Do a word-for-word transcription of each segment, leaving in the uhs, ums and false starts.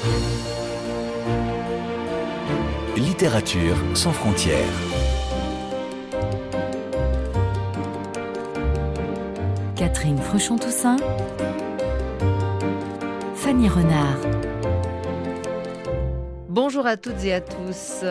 Littérature sans frontières. Catherine Fruchon-Toussaint, Fanny Renard. Bonjour à toutes et à tous.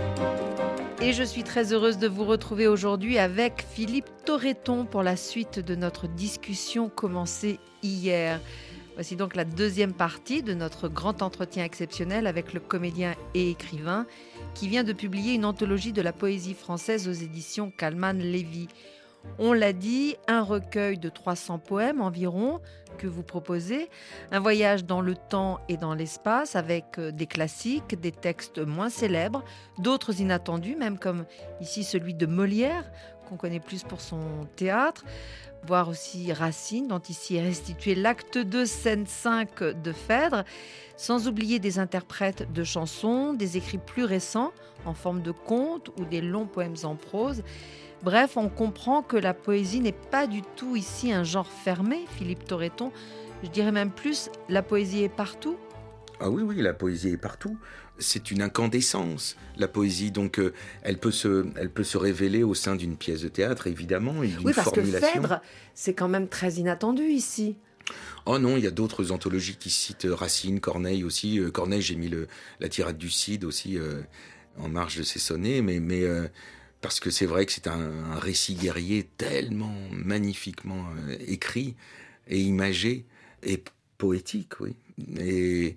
Et je suis très heureuse de vous retrouver aujourd'hui avec Philippe Torreton pour la suite de notre discussion commencée hier. Voici donc la deuxième partie de notre grand entretien exceptionnel avec le comédien et écrivain qui vient de publier une anthologie de la poésie française aux éditions Kallmann-Lévy. On l'a dit, un recueil de trois cents poèmes environ que vous proposez, un voyage dans le temps et dans l'espace avec des classiques, des textes moins célèbres, d'autres inattendus, même comme ici celui de Molière, qu'on connaît plus pour son théâtre, voire aussi Racine, dont ici est restitué l'acte deux, scène cinq de Phèdre, sans oublier des interprètes de chansons, des écrits plus récents en forme de contes ou des longs poèmes en prose. Bref, on comprend que la poésie n'est pas du tout ici un genre fermé, Philippe Torreton. Je dirais même plus, la poésie est partout. Ah oui, oui, la poésie est partout. C'est une incandescence, la poésie. Donc, euh, elle, peut se, elle peut se révéler au sein d'une pièce de théâtre, évidemment, et d'une oui, parce formulation. que Phèdre, c'est quand même très inattendu ici. Oh non, il y a d'autres anthologies qui citent Racine, Corneille aussi. Euh, Corneille, j'ai mis le, la tirade du Cid aussi euh, en marge de ses sonnets, mais... mais euh, parce que c'est vrai que c'est un, un récit guerrier tellement magnifiquement euh, écrit et imagé et poétique, oui. Et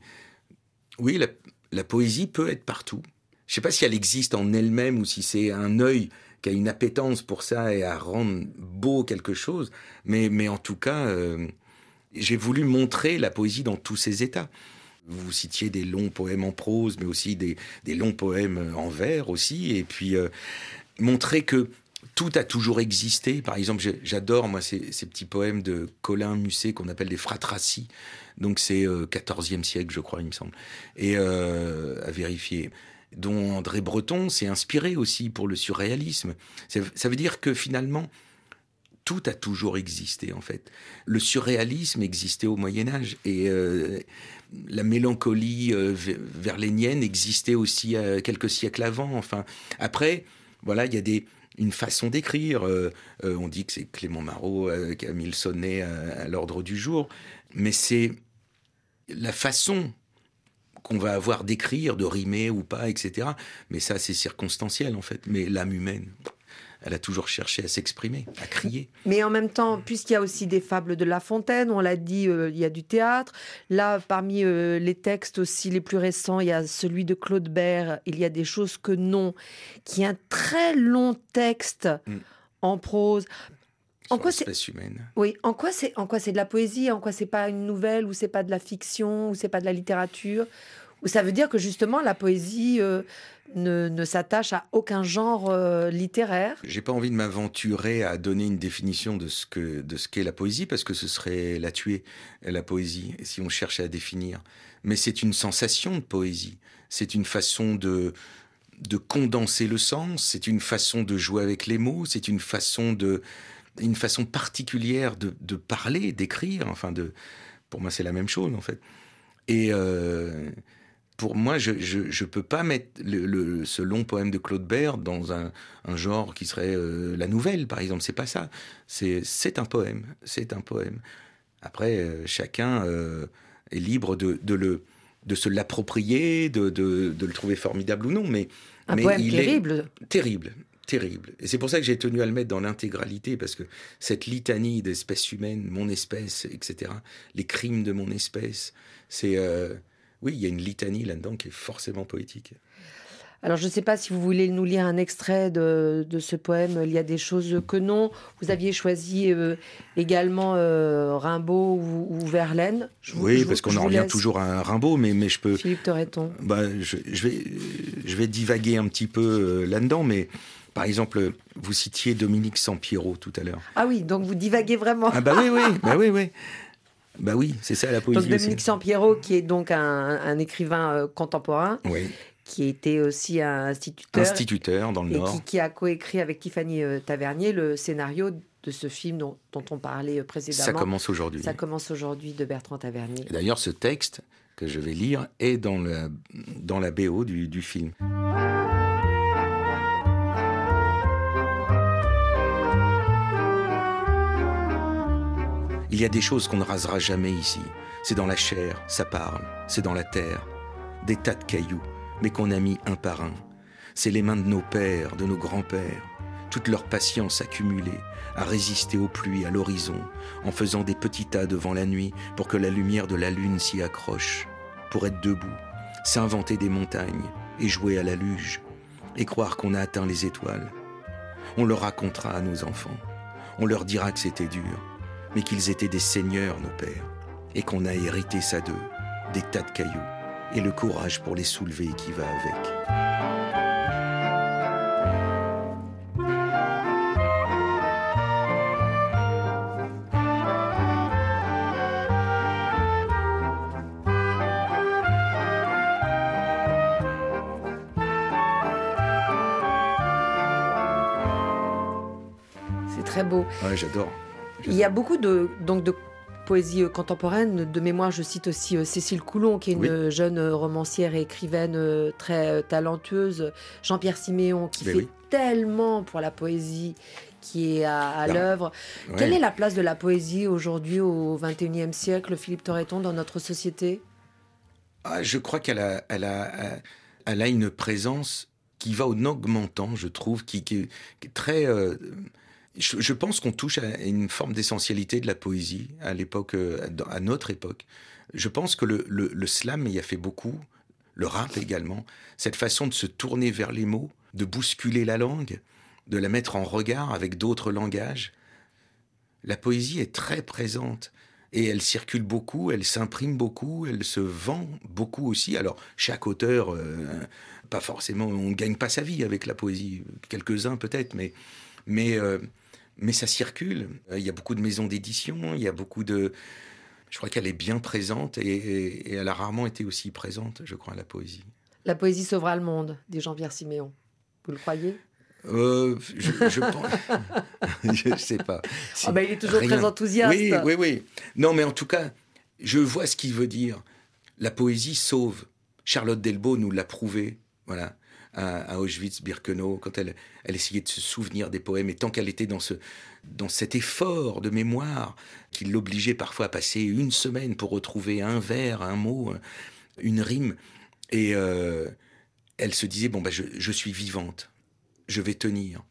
oui, la, la poésie peut être partout. Je ne sais pas si elle existe en elle-même ou si c'est un œil qui a une appétence pour ça et à rendre beau quelque chose, mais, mais en tout cas, euh, j'ai voulu montrer la poésie dans tous ses états. Vous citiez des longs poèmes en prose, mais aussi des, des longs poèmes en vers aussi, et puis... Euh, montrer que tout a toujours existé. Par exemple, j'adore moi ces, ces petits poèmes de Colin Musset qu'on appelle des fratracies. Donc c'est euh, quatorzième siècle, je crois, il me semble, et euh, à vérifier. Dont André Breton s'est inspiré aussi pour le surréalisme. Ça, ça veut dire que finalement tout a toujours existé en fait. Le surréalisme existait au Moyen Âge et euh, la mélancolie euh, verlainienne existait aussi euh, quelques siècles avant. Enfin, après. Voilà, il y a des, une façon d'écrire. Euh, euh, on dit que c'est Clément Marot euh, qui a mis le sonnet à, à l'ordre du jour. Mais c'est la façon qu'on va avoir d'écrire, de rimer ou pas, et cetera. Mais ça, c'est circonstanciel, en fait. Mais l'âme humaine, elle a toujours cherché à s'exprimer, à crier. Mais en même temps, puisqu'il y a aussi des fables de La Fontaine, on l'a dit, euh, il y a du théâtre. Là, parmi euh, les textes aussi les plus récents, il y a celui de Claude Bert, Il y a des choses que non, qui est un très long texte mm. en prose. En quoi c'est humaine. Oui, en quoi c'est en quoi c'est de la poésie, en quoi c'est pas une nouvelle, ou c'est pas de la fiction, ou c'est pas de la littérature, ou ça veut dire que justement la poésie euh, ne, ne s'attache à aucun genre euh, littéraire. J'ai pas envie de m'aventurer à donner une définition de ce que de ce qu'est la poésie parce que ce serait la tuer, la poésie, si on cherchait à définir. Mais c'est une sensation de poésie, c'est une façon de de condenser le sens, c'est une façon de jouer avec les mots, c'est une façon de une façon particulière de, de parler, d'écrire. Enfin, de pour moi c'est la même chose en fait. Et euh, pour moi, je je je peux pas mettre le, le, ce long poème de Claude Bert dans un, un genre qui serait euh, la nouvelle, par exemple. C'est pas ça. C'est c'est un poème. C'est un poème. Après, euh, chacun euh, est libre de de le de se l'approprier, de de de le trouver formidable ou non. Mais un mais poème il terrible. Est terrible. Terrible. Et c'est pour ça que j'ai tenu à le mettre dans l'intégralité, parce que cette litanie d'espèces humaines, mon espèce, et cetera, les crimes de mon espèce, c'est... Euh, oui, il y a une litanie là-dedans qui est forcément poétique. Alors, je ne sais pas si vous voulez nous lire un extrait de, de ce poème « Il y a des choses que non ». Vous aviez choisi euh, également euh, Rimbaud ou, ou Verlaine. Je vous, oui, je parce vous, qu'on en revient toujours à Rimbaud, mais, mais je peux... Philippe Torreton. Bah, je, je, vais, je vais divaguer un petit peu euh, là-dedans, mais... Par exemple, vous citiez Dominique Sampiero tout à l'heure. Ah oui, donc vous divaguez vraiment. Ah bah oui, oui, bah oui, oui. Bah oui, c'est ça la poésie. Donc Dominique Sampiero, qui est donc un, un écrivain euh, contemporain, oui. qui était aussi un instituteur. Instituteur dans le et Nord. Et qui, qui a coécrit avec Tiffany euh, Tavernier le scénario de ce film dont, dont on parlait précédemment. Ça commence aujourd'hui. Ça commence aujourd'hui de Bertrand Tavernier. Et d'ailleurs, ce texte que je vais lire est dans, le, dans la B O du, du film. Il y a des choses qu'on ne rasera jamais ici. C'est dans la chair, ça parle, c'est dans la terre. Des tas de cailloux, mais qu'on a mis un par un. C'est les mains de nos pères, de nos grands-pères. Toute leur patience accumulée à résister aux pluies, à l'horizon, en faisant des petits tas devant la nuit pour que la lumière de la lune s'y accroche. Pour être debout, s'inventer des montagnes et jouer à la luge, et croire qu'on a atteint les étoiles. On leur racontera à nos enfants. On leur dira que c'était dur, mais qu'ils étaient des seigneurs, nos pères, et qu'on a hérité ça d'eux, des tas de cailloux, et le courage pour les soulever qui va avec. C'est très beau. Ouais, j'adore. Il y a beaucoup de, donc de poésie contemporaine. De mémoire, je cite aussi euh, Cécile Coulon, qui est une oui. jeune romancière et écrivaine euh, très euh, talentueuse. Jean-Pierre Siméon, qui ben fait oui. tellement pour la poésie qui est à, à l'œuvre. Ouais. Quelle est la place de la poésie aujourd'hui, au vingt et unième siècle, Philippe Torreton, dans notre société ? ah, Je crois qu'elle a, elle a, elle a une présence qui va en augmentant, je trouve, qui, qui, qui est très... Euh, Je, je pense qu'on touche à une forme d'essentialité de la poésie à l'époque, à notre époque. Je pense que le, le, le slam y a fait beaucoup, le rap également. Cette façon de se tourner vers les mots, de bousculer la langue, de la mettre en regard avec d'autres langages. La poésie est très présente et elle circule beaucoup, elle s'imprime beaucoup, elle se vend beaucoup aussi. Alors chaque auteur, euh, pas forcément, on ne gagne pas sa vie avec la poésie, quelques-uns peut-être, mais mais euh, Mais ça circule. Il y a beaucoup de maisons d'édition, il y a beaucoup de... Je crois qu'elle est bien présente et, et, et elle a rarement été aussi présente, je crois, à la poésie. La poésie sauvera le monde, dit Jean-Pierre Siméon. Vous le croyez ? euh, je, je pense... je ne sais pas. Si oh ben, il est toujours rien... très enthousiaste. Oui, oui, oui. Non, mais en tout cas, je vois ce qu'il veut dire. La poésie sauve. Charlotte Delbo nous l'a prouvé. Voilà. À Auschwitz-Birkenau, quand elle, elle essayait de se souvenir des poèmes, et tant qu'elle était dans, ce, dans cet effort de mémoire qui l'obligeait parfois à passer une semaine pour retrouver un vers, un mot, une rime, et euh, elle se disait, bon, bah, je, je suis vivante, je vais tenir.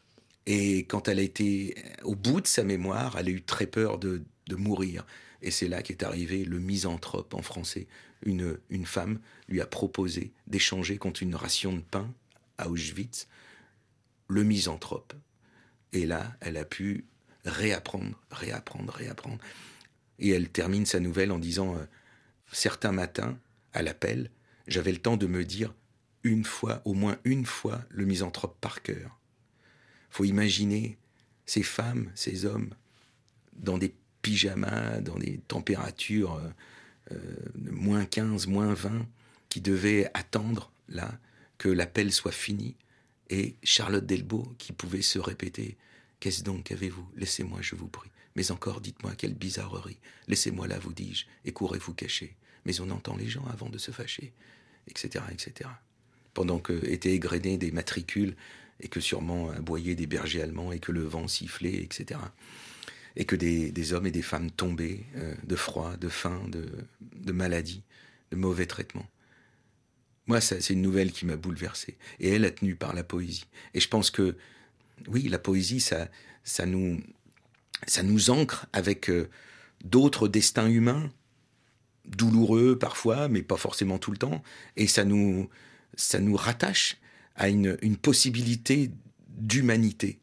Et quand elle a été au bout de sa mémoire, elle a eu très peur de, de mourir. Et c'est là qu'est arrivé le misanthrope en français. Une, une femme lui a proposé d'échanger contre une ration de pain à Auschwitz, le misanthrope. Et là, elle a pu réapprendre, réapprendre, réapprendre. Et elle termine sa nouvelle en disant euh, « Certains matins, à l'appel, j'avais le temps de me dire une fois, au moins une fois, le misanthrope par cœur. » Faut imaginer ces femmes, ces hommes, dans des pyjamas, dans des températures... Euh, Euh, moins quinze, moins vingt, qui devaient attendre, là, que l'appel soit fini, et Charlotte Delbo qui pouvait se répéter « Qu'est-ce donc qu'avez-vous ? Laissez-moi, je vous prie. Mais encore, dites-moi, quelle bizarrerie. Laissez-moi là, vous dis-je, et courez vous cacher. Mais on entend les gens avant de se fâcher. » Etc., et cetera. Pendant que étaient égrenés des matricules, et que sûrement aboyaient des bergers allemands, et que le vent sifflait, et cetera. Et que des, des hommes et des femmes tombaient euh, de froid, de faim, de, de maladie, de mauvais traitements. Moi, ça, c'est une nouvelle qui m'a bouleversé. Et elle a tenu par la poésie. Et je pense que, oui, la poésie, ça, ça, nous, ça nous ancre avec euh, d'autres destins humains, douloureux parfois, mais pas forcément tout le temps. Et ça nous, ça nous rattache à une, une possibilité d'humanité.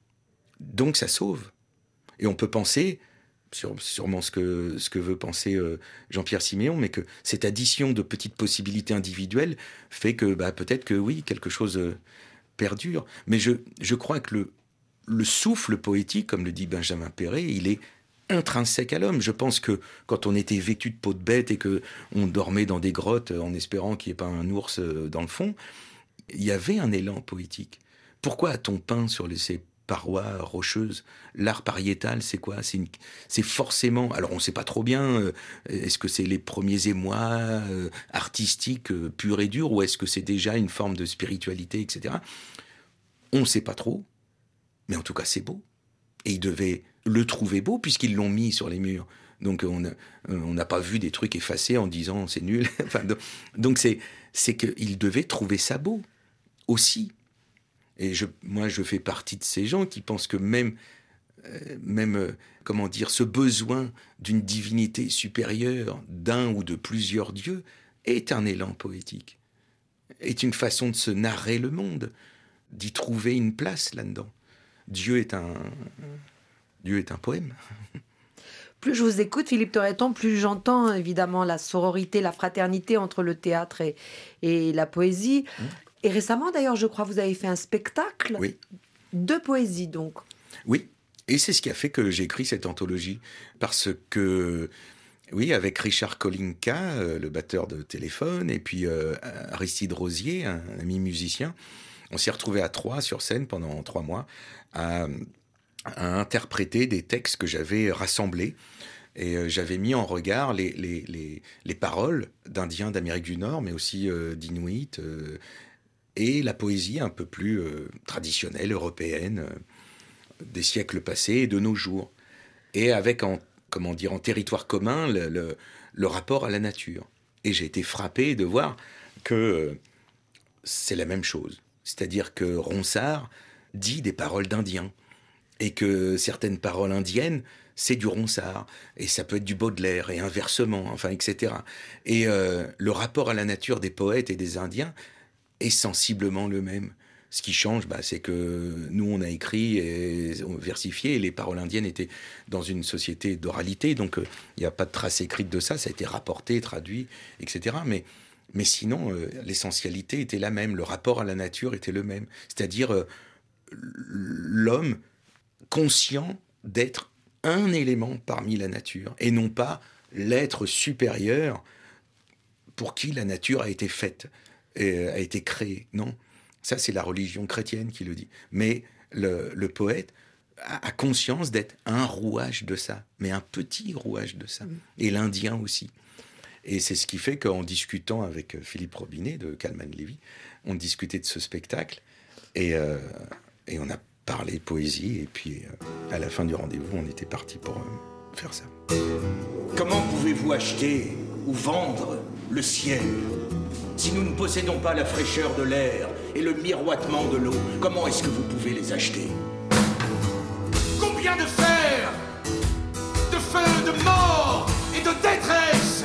Donc ça sauve. Et on peut penser, sur, sûrement ce que, ce que veut penser euh, Jean-Pierre Siméon, mais que cette addition de petites possibilités individuelles fait que bah, peut-être que oui, quelque chose euh, perdure. Mais je, je crois que le, le souffle poétique, comme le dit Benjamin Péret, il est intrinsèque à l'homme. Je pense que quand on était vêtu de peau de bête et qu'on dormait dans des grottes en espérant qu'il n'y ait pas un ours dans le fond, il y avait un élan poétique. Pourquoi a-t-on peint sur les, ces parois rocheuses. L'art pariétal, c'est quoi ? c'est, une, c'est forcément... Alors, on ne sait pas trop bien, euh, est-ce que c'est les premiers émois euh, artistiques euh, purs et durs, ou est-ce que c'est déjà une forme de spiritualité, et cetera. On ne sait pas trop, mais en tout cas, c'est beau. Et ils devaient le trouver beau, puisqu'ils l'ont mis sur les murs. Donc, on n'a pas vu des trucs effacés en disant « c'est nul ». Enfin, donc, donc, c'est, c'est qu'ils devaient trouver ça beau, aussi. Et je, moi, je fais partie de ces gens qui pensent que même, euh, même euh, comment dire, ce besoin d'une divinité supérieure, d'un ou de plusieurs dieux, est un élan poétique, est une façon de se narrer le monde, d'y trouver une place là-dedans. Dieu est un, Dieu est un poème. Plus je vous écoute, Philippe Torreton, plus j'entends évidemment la sororité, la fraternité entre le théâtre et, et la poésie. Mmh. Et récemment, d'ailleurs, je crois que vous avez fait un spectacle oui. de poésie, donc. Oui, et c'est ce qui a fait que j'ai écrit cette anthologie. Parce que, oui, avec Richard Kolinka, euh, le batteur de Téléphone, et puis euh, Aristide Rosier, un, un ami musicien, on s'est retrouvés à trois sur scène pendant trois mois à, à interpréter des textes que j'avais rassemblés. Et euh, j'avais mis en regard les, les, les, les paroles d'Indiens d'Amérique du Nord, mais aussi euh, d'Inuits, euh, et la poésie un peu plus euh, traditionnelle, européenne, euh, des siècles passés et de nos jours. Et avec, en, comment dire, en territoire commun, le, le, le rapport à la nature. Et j'ai été frappé de voir que euh, c'est la même chose. C'est-à-dire que Ronsard dit des paroles d'Indiens, et que certaines paroles indiennes, c'est du Ronsard, et ça peut être du Baudelaire, et inversement, enfin, et cetera. Et euh, le rapport à la nature des poètes et des Indiens est sensiblement le même. Ce qui change, bah, c'est que nous, on a écrit et versifié, et les paroles indiennes étaient dans une société d'oralité, donc il euh, n'y a pas de trace écrite de ça, ça a été rapporté, traduit, et cetera. Mais, mais sinon, euh, l'essentialité était la même, le rapport à la nature était le même. C'est-à-dire euh, l'homme conscient d'être un élément parmi la nature, et non pas l'être supérieur pour qui la nature a été faite, et a été créée. Non, ça c'est la religion chrétienne qui le dit. Mais le, le poète a, a conscience d'être un rouage de ça, mais un petit rouage de ça. Mmh. Et l'Indien aussi. Et c'est ce qui fait qu'en discutant avec Philippe Robinet de Calman Lévy, on discutait de ce spectacle, et, euh, et on a parlé poésie, et puis euh, à la fin du rendez-vous, on était parti pour euh, faire ça. Comment pouvez-vous acheter ou vendre le ciel si nous ne possédons pas la fraîcheur de l'air et le miroitement de l'eau? Comment est-ce que vous pouvez les acheter? Combien de fer, de feu, de mort et de détresse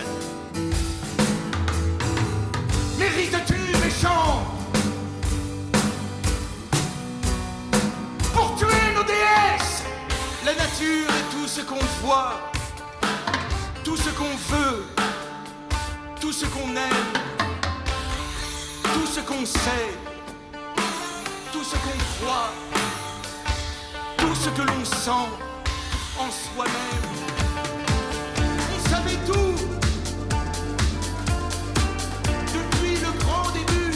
mérites-tu, méchant, pour tuer nos déesses? La nature est tout ce qu'on voit, tout ce qu'on veut, tout ce qu'on aime, tout ce qu'on sait, tout ce qu'on croit, tout ce que l'on sent en soi-même. On savait tout depuis le grand début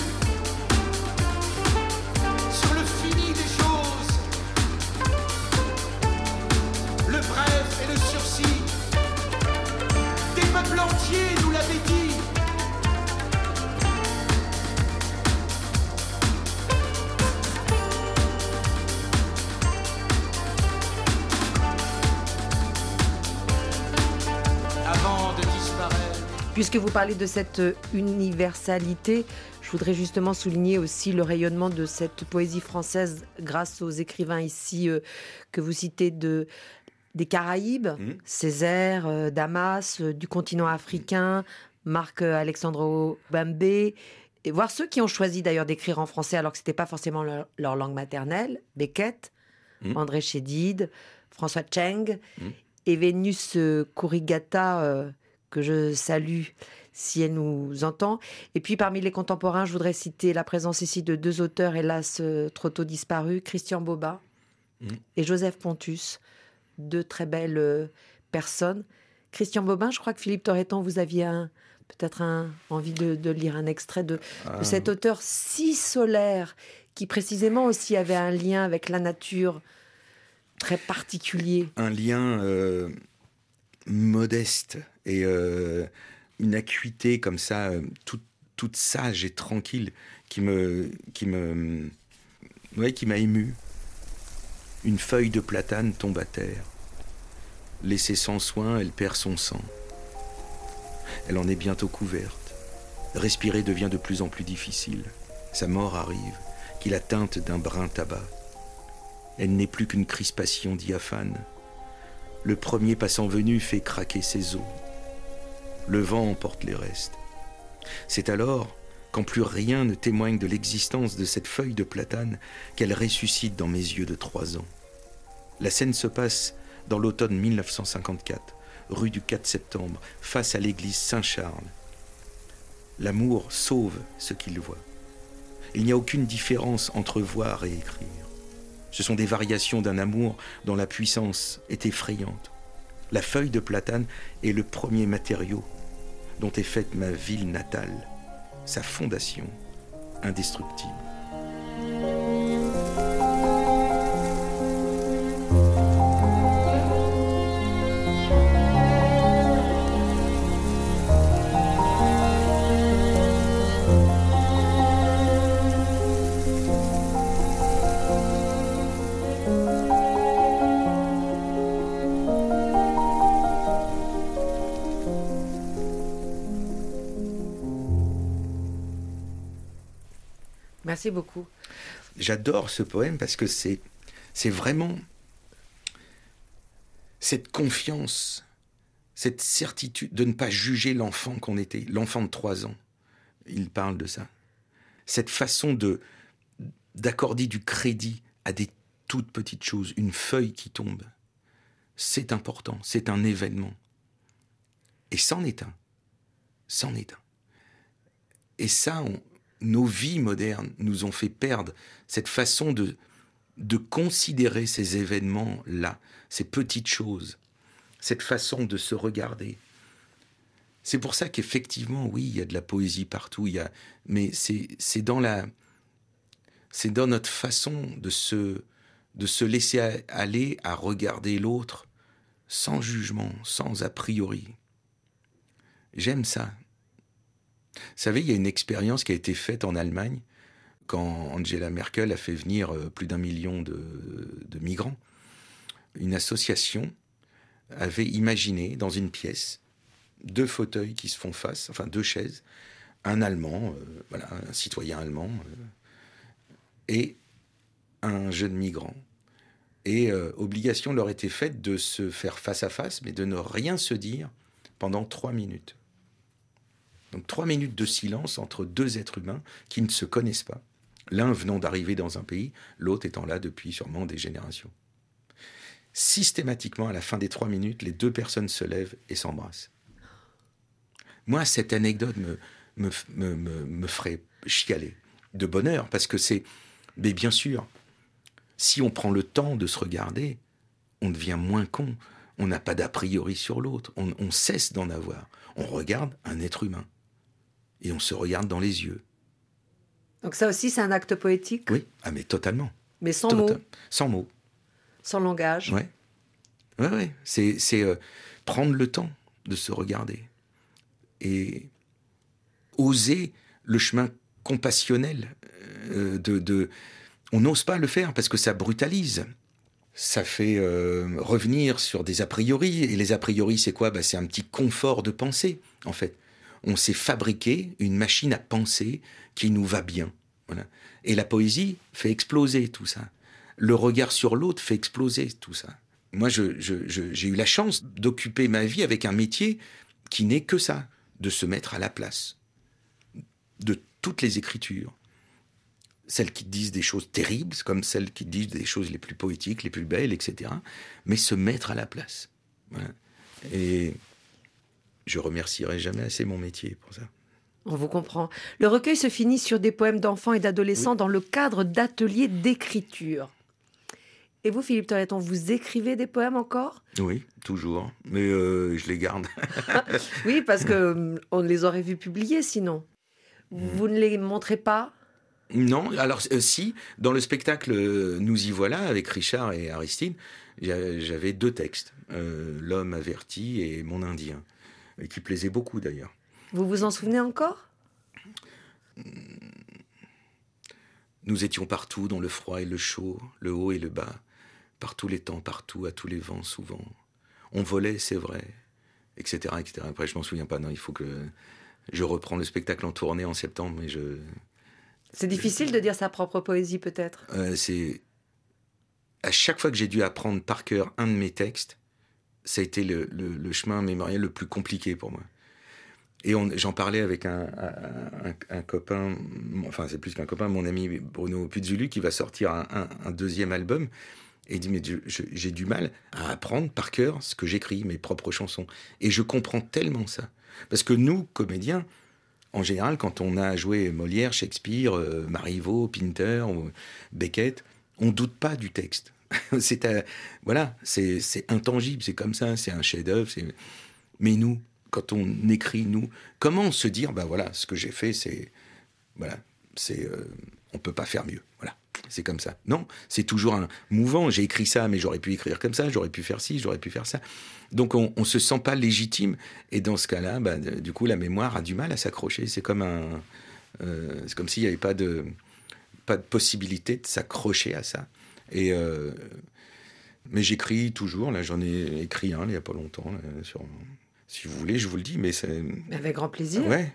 sur le fini des choses, le bref et le sursis. Des peuples entiers nous l'avaient dit. Avant de disparaître. Puisque vous parlez de cette universalité, je voudrais justement souligner aussi le rayonnement de cette poésie française grâce aux écrivains ici euh, que vous citez de, des Caraïbes, mmh. Césaire, euh, Damas, euh, du continent africain, Marc euh, Alexandre Bambé, et voir ceux qui ont choisi d'ailleurs d'écrire en français alors que ce n'était pas forcément leur, leur langue maternelle, Beckett, mmh. André Chédid, François Cheng, mmh. et Vénus euh, Kurigata, euh, que je salue si elle nous entend. Et puis parmi les contemporains, je voudrais citer la présence ici de deux auteurs, hélas euh, trop tôt disparus, Christian Bobin mmh. et Joseph Pontus, deux très belles euh, personnes. Christian Bobin, je crois que Philippe Torreton, vous aviez un, peut-être un, envie de, de lire un extrait de, ah. de cet auteur si solaire qui précisément aussi avait un lien avec la nature très particulier. Un lien euh, modeste et euh, une acuité comme ça, euh, toute, toute sage et tranquille, qui me, qui me, ouais, qui m'a ému. Une feuille de platane tombe à terre. Laissée sans soin, elle perd son sang. Elle en est bientôt couverte. Respirer devient de plus en plus difficile. Sa mort arrive, qu'il la teinte d'un brin tabac. Elle n'est plus qu'une crispation diaphane. Le premier passant venu fait craquer ses os. Le vent emporte les restes. C'est alors, quand plus rien ne témoigne de l'existence de cette feuille de platane, qu'elle ressuscite dans mes yeux de trois ans. La scène se passe dans l'automne mille neuf cent cinquante-quatre, rue du quatre septembre, face à l'église Saint-Charles. L'amour sauve ce qu'il voit. Il n'y a aucune différence entre voir et écrire. Ce sont des variations d'un amour dont la puissance est effrayante. La feuille de platane est le premier matériau dont est faite ma ville natale, sa fondation indestructible. Merci beaucoup. J'adore ce poème parce que c'est, c'est vraiment cette confiance, cette certitude de ne pas juger l'enfant qu'on était, l'enfant de trois ans. Il parle de ça. Cette façon de, d'accorder du crédit à des toutes petites choses, une feuille qui tombe. C'est important, c'est un événement. Et c'en est un. C'en est un. Et ça, on, nos vies modernes nous ont fait perdre cette façon de, de considérer ces événements-là, ces petites choses, cette façon de se regarder. C'est pour ça qu'effectivement, oui, il y a de la poésie partout, il y a, mais c'est, c'est, dans la, c'est dans notre façon de se, de se laisser aller à regarder l'autre sans jugement, sans a priori. J'aime ça. Vous savez, il y a une expérience qui a été faite en Allemagne quand Angela Merkel a fait venir plus d'un million de, de migrants. Une association avait imaginé dans une pièce deux fauteuils qui se font face, enfin deux chaises, un Allemand, euh, voilà, un citoyen allemand, euh, et un jeune migrant. Et euh, obligation leur était faite de se faire face à face, mais de ne rien se dire pendant trois minutes. Donc trois minutes de silence entre deux êtres humains qui ne se connaissent pas. L'un venant d'arriver dans un pays, l'autre étant là depuis sûrement des générations. Systématiquement, à la fin des trois minutes, les deux personnes se lèvent et s'embrassent. Moi, cette anecdote me, me, me, me, me ferait chialer de bonheur, parce que c'est... Mais bien sûr, si on prend le temps de se regarder, on devient moins con. On n'a pas d'a priori sur l'autre. On, on cesse d'en avoir. On regarde un être humain. Et on se regarde dans les yeux. Donc ça aussi, c'est un acte poétique ? Oui, ah mais totalement. Mais sans Total... mots ? Sans mots. Sans langage ? Ouais. Ouais, ouais. C'est, c'est euh, prendre le temps de se regarder. Et oser le chemin compassionnel. Euh, de, de... On n'ose pas le faire parce que ça brutalise. Ça fait euh, revenir sur des a priori. Et les a priori, c'est quoi ? Bah, c'est un petit confort de pensée, en fait. On s'est fabriqué une machine à penser qui nous va bien. Voilà. Et la poésie fait exploser tout ça. Le regard sur l'autre fait exploser tout ça. Moi, je, je, je, j'ai eu la chance d'occuper ma vie avec un métier qui n'est que ça, de se mettre à la place de toutes les écritures. Celles qui disent des choses terribles, comme celles qui disent des choses les plus poétiques, les plus belles, et cetera. Mais se mettre à la place. Voilà. Et je remercierai jamais assez mon métier pour ça. On vous comprend. Le recueil se finit sur des poèmes d'enfants et d'adolescents oui. dans le cadre d'ateliers d'écriture. Et vous, Philippe Torreton, vous écrivez des poèmes encore ? Oui, toujours. Mais euh, je les garde. Oui, parce qu'on les aurait vus publiés sinon. Vous mmh. ne les montrez pas ? Non, alors euh, si, dans le spectacle euh, Nous y voilà, avec Richard et Aristide, j'avais deux textes, euh, L'homme averti et Mon Indien, et qui plaisaient beaucoup d'ailleurs. Vous vous en souvenez encore ? Nous étions partout, dans le froid et le chaud, le haut et le bas, par tous les temps, partout, à tous les vents, souvent. On volait, c'est vrai, et cetera, et cetera. Après, je m'en souviens pas, non, il faut que je reprends le spectacle en tournée en septembre, mais je... C'est difficile de dire sa propre poésie, peut-être. Euh, c'est... À chaque fois que j'ai dû apprendre par cœur un de mes textes, ça a été le, le, le chemin mémoriel le plus compliqué pour moi. Et on, j'en parlais avec un, un, un, un copain, enfin c'est plus qu'un copain, mon ami Bruno Puzulu, qui va sortir un, un, un deuxième album. Et il dit, mais je, je, j'ai du mal à apprendre par cœur ce que j'écris, mes propres chansons. Et je comprends tellement ça. Parce que nous, comédiens, en général, quand on a joué Molière, Shakespeare, euh, Marivaux, Pinter, ou Beckett, on ne doute pas du texte. c'est, à, voilà, c'est, c'est intangible, c'est comme ça, c'est un chef-d'œuvre. C'est... Mais nous, quand on écrit, nous, comment se dire, ben voilà, ce que j'ai fait, c'est, voilà, c'est, euh, on peut pas faire mieux, voilà, c'est comme ça. Non, c'est toujours un mouvant. J'ai écrit ça, mais j'aurais pu écrire comme ça, j'aurais pu faire ci, j'aurais pu faire ça. Donc on, on se sent pas légitime, et dans ce cas-là, ben, du coup, la mémoire a du mal à s'accrocher. C'est comme un, euh, c'est comme s'il y avait pas de, pas de possibilité de s'accrocher à ça. Et euh, mais j'écris toujours. Là, j'en ai écrit un il y a pas longtemps là, sur. Si vous voulez, je vous le dis, mais c'est... Avec grand plaisir. Ouais.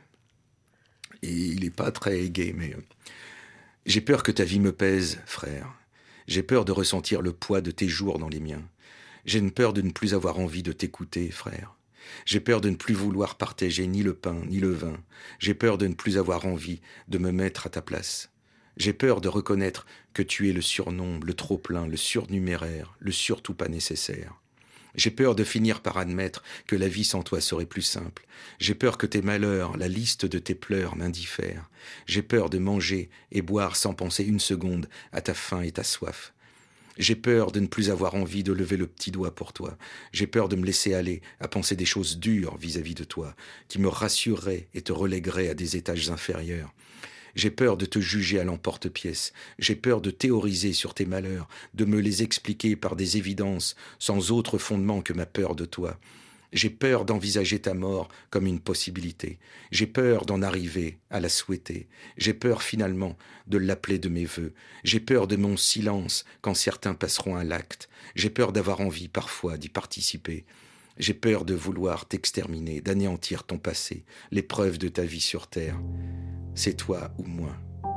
Et il n'est pas très gai, mais... J'ai peur que ta vie me pèse, frère. J'ai peur de ressentir le poids de tes jours dans les miens. J'ai une peur de ne plus avoir envie de t'écouter, frère. J'ai peur de ne plus vouloir partager ni le pain, ni le vin. J'ai peur de ne plus avoir envie de me mettre à ta place. J'ai peur de reconnaître que tu es le surnombre, le trop-plein, le surnuméraire, le surtout pas nécessaire. J'ai peur de finir par admettre que la vie sans toi serait plus simple. J'ai peur que tes malheurs, la liste de tes pleurs m'indiffèrent. J'ai peur de manger et boire sans penser une seconde à ta faim et ta soif. J'ai peur de ne plus avoir envie de lever le petit doigt pour toi. J'ai peur de me laisser aller à penser des choses dures vis-à-vis de toi, qui me rassureraient et te relégueraient à des étages inférieurs. J'ai peur de te juger à l'emporte-pièce. J'ai peur de théoriser sur tes malheurs, de me les expliquer par des évidences, sans autre fondement que ma peur de toi. J'ai peur d'envisager ta mort comme une possibilité. J'ai peur d'en arriver à la souhaiter. J'ai peur finalement de l'appeler de mes vœux. J'ai peur de mon silence quand certains passeront à l'acte. J'ai peur d'avoir envie parfois d'y participer. J'ai peur de vouloir t'exterminer, d'anéantir ton passé, les preuves de ta vie sur terre. C'est toi ou moi.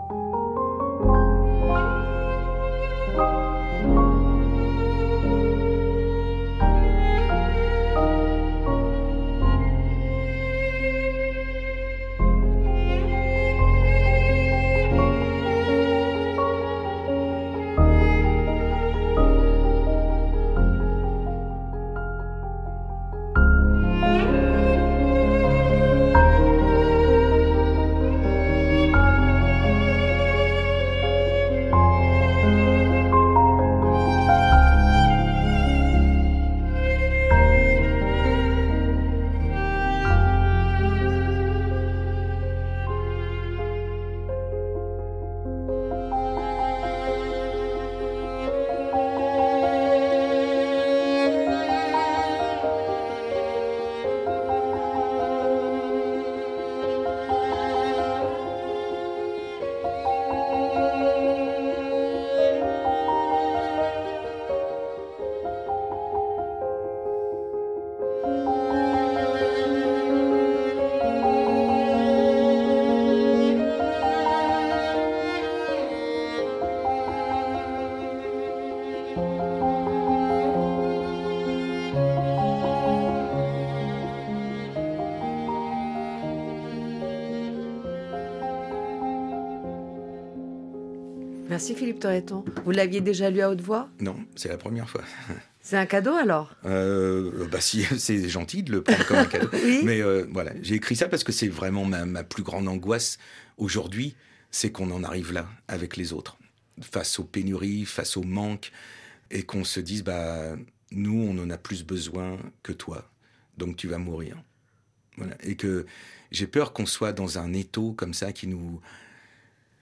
Merci Philippe Torreton. Vous l'aviez déjà lu à haute voix ? Non, c'est la première fois. C'est un cadeau alors ? euh, bah si, c'est gentil de le prendre comme un cadeau. Oui. Mais euh, voilà, j'ai écrit ça parce que c'est vraiment ma, ma plus grande angoisse aujourd'hui, c'est qu'on en arrive là avec les autres, face aux pénuries, face aux manques, et qu'on se dise, bah nous, on en a plus besoin que toi, donc tu vas mourir. Voilà. Et que j'ai peur qu'on soit dans un étau comme ça qui nous...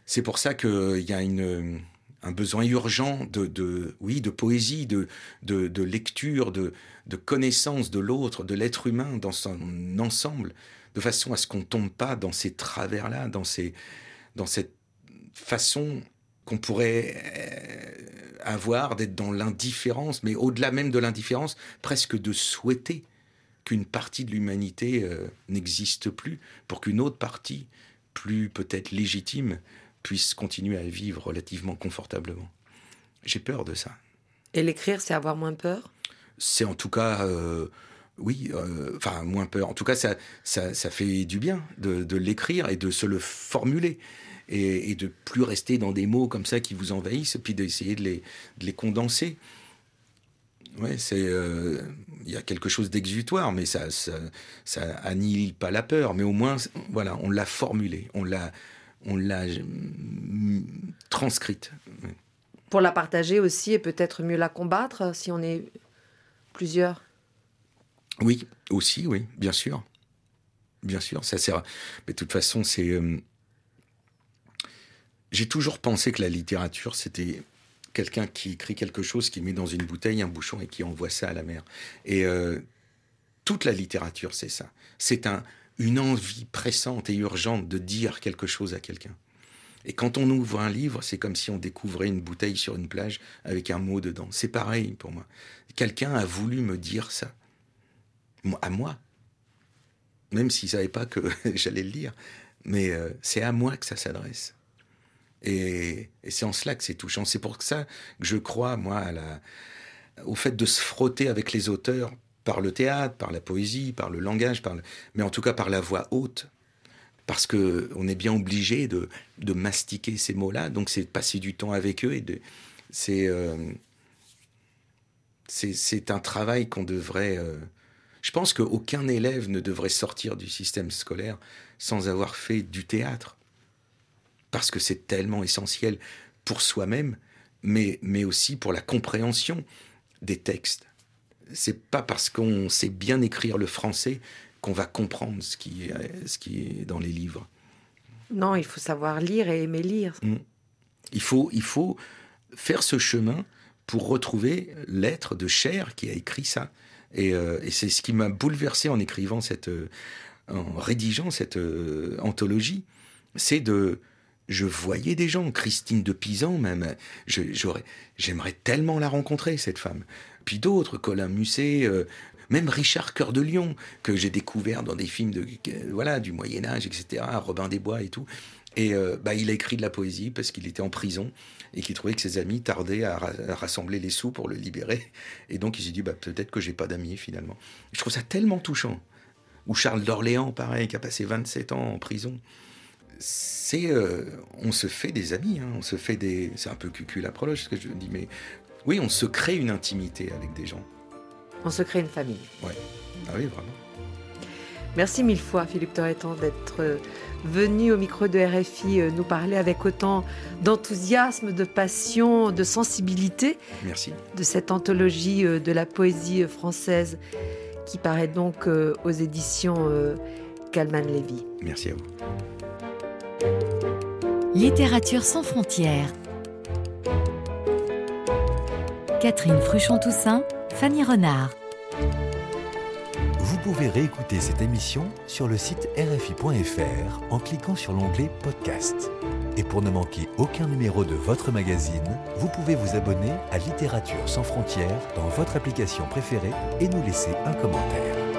c'est pour ça qu'il y a une, un besoin urgent de, de, oui, de poésie, de, de, de lecture, de, de connaissance de l'autre, de l'être humain dans son ensemble, de façon à ce qu'on ne tombe pas dans ces travers-là, dans, ces, dans cette façon qu'on pourrait avoir d'être dans l'indifférence, mais au-delà même de l'indifférence, presque de souhaiter qu'une partie de l'humanité euh, n'existe plus, pour qu'une autre partie, plus peut-être légitime, puisse continuer à vivre relativement confortablement. J'ai peur de ça. Et l'écrire, c'est avoir moins peur ? C'est en tout cas, euh, oui, euh, enfin moins peur. En tout cas, ça, ça, ça fait du bien de, de l'écrire et de se le formuler. Et, et de plus rester dans des mots comme ça qui vous envahissent, et puis d'essayer de les, de les condenser. Ouais, c'est, euh, y a quelque chose d'exutoire, mais ça, ça, ça annihile pas la peur. Mais au moins, voilà, on l'a formulée, on l'a, on l'a transcrite. Ouais. Pour la partager aussi, et peut-être mieux la combattre si on est plusieurs. Oui, aussi, oui, bien sûr, bien sûr, ça sert. Mais de toute façon, c'est. Euh, J'ai toujours pensé que la littérature, c'était quelqu'un qui écrit quelque chose, qui met dans une bouteille un bouchon et qui envoie ça à la mer. Et euh, toute la littérature, c'est ça. C'est un, une envie pressante et urgente de dire quelque chose à quelqu'un. Et quand on ouvre un livre, c'est comme si on découvrait une bouteille sur une plage avec un mot dedans. C'est pareil pour moi. Quelqu'un a voulu me dire ça. À moi. Même s'il ne savait pas que j'allais le lire. Mais euh, c'est à moi que ça s'adresse. Et, et c'est en cela que c'est touchant. C'est pour ça que je crois, moi, à la, au fait de se frotter avec les auteurs par le théâtre, par la poésie, par le langage, par le, mais en tout cas par la voix haute. Parce qu'on est bien obligé de, de mastiquer ces mots-là. Donc c'est de passer du temps avec eux. Et de, c'est, euh, c'est, c'est un travail qu'on devrait... Euh, je pense qu'aucun élève ne devrait sortir du système scolaire sans avoir fait du théâtre. Parce que c'est tellement essentiel pour soi-même, mais, mais aussi pour la compréhension des textes. C'est pas parce qu'on sait bien écrire le français qu'on va comprendre ce qui est, ce qui est dans les livres. Non, il faut savoir lire et aimer lire. Mmh. Il faut, il faut faire ce chemin pour retrouver l'être de chair qui a écrit ça. Et, euh, et c'est ce qui m'a bouleversé en écrivant cette, euh, en rédigeant cette euh, anthologie, c'est de je voyais des gens, Christine de Pisan même, je, j'aurais, j'aimerais tellement la rencontrer, cette femme. Puis d'autres, Colin Musset, euh, même Richard Cœur de Lion, que j'ai découvert dans des films de, euh, voilà, du Moyen-Âge, et cetera, Robin des Bois et tout. Et euh, bah, il a écrit de la poésie parce qu'il était en prison et qu'il trouvait que ses amis tardaient à, ra- à rassembler les sous pour le libérer. Et donc il s'est dit, bah, peut-être que j'ai pas d'amis finalement. Je trouve ça tellement touchant. Ou Charles d'Orléans, pareil, qui a passé vingt-sept ans en prison. C'est, euh, on se fait des amis, hein, on se fait des... C'est un peu cucul la prologe, ce que je dis, mais oui, on se crée une intimité avec des gens. On se crée une famille. Ouais. Ah oui, vraiment. Merci mille fois, Philippe Torreton, d'être venu au micro de R F I nous parler avec autant d'enthousiasme, de passion, de sensibilité. Merci. De cette anthologie de la poésie française qui paraît donc aux éditions Calman Lévy. Merci à vous. Littérature sans frontières. Catherine Fruchon-Toussaint, Fanny Renard. Vous pouvez réécouter cette émission sur le site R F I point F R en cliquant sur l'onglet Podcast. Et pour ne manquer aucun numéro de votre magazine, vous pouvez vous abonner à Littérature sans frontières dans votre application préférée et nous laisser un commentaire.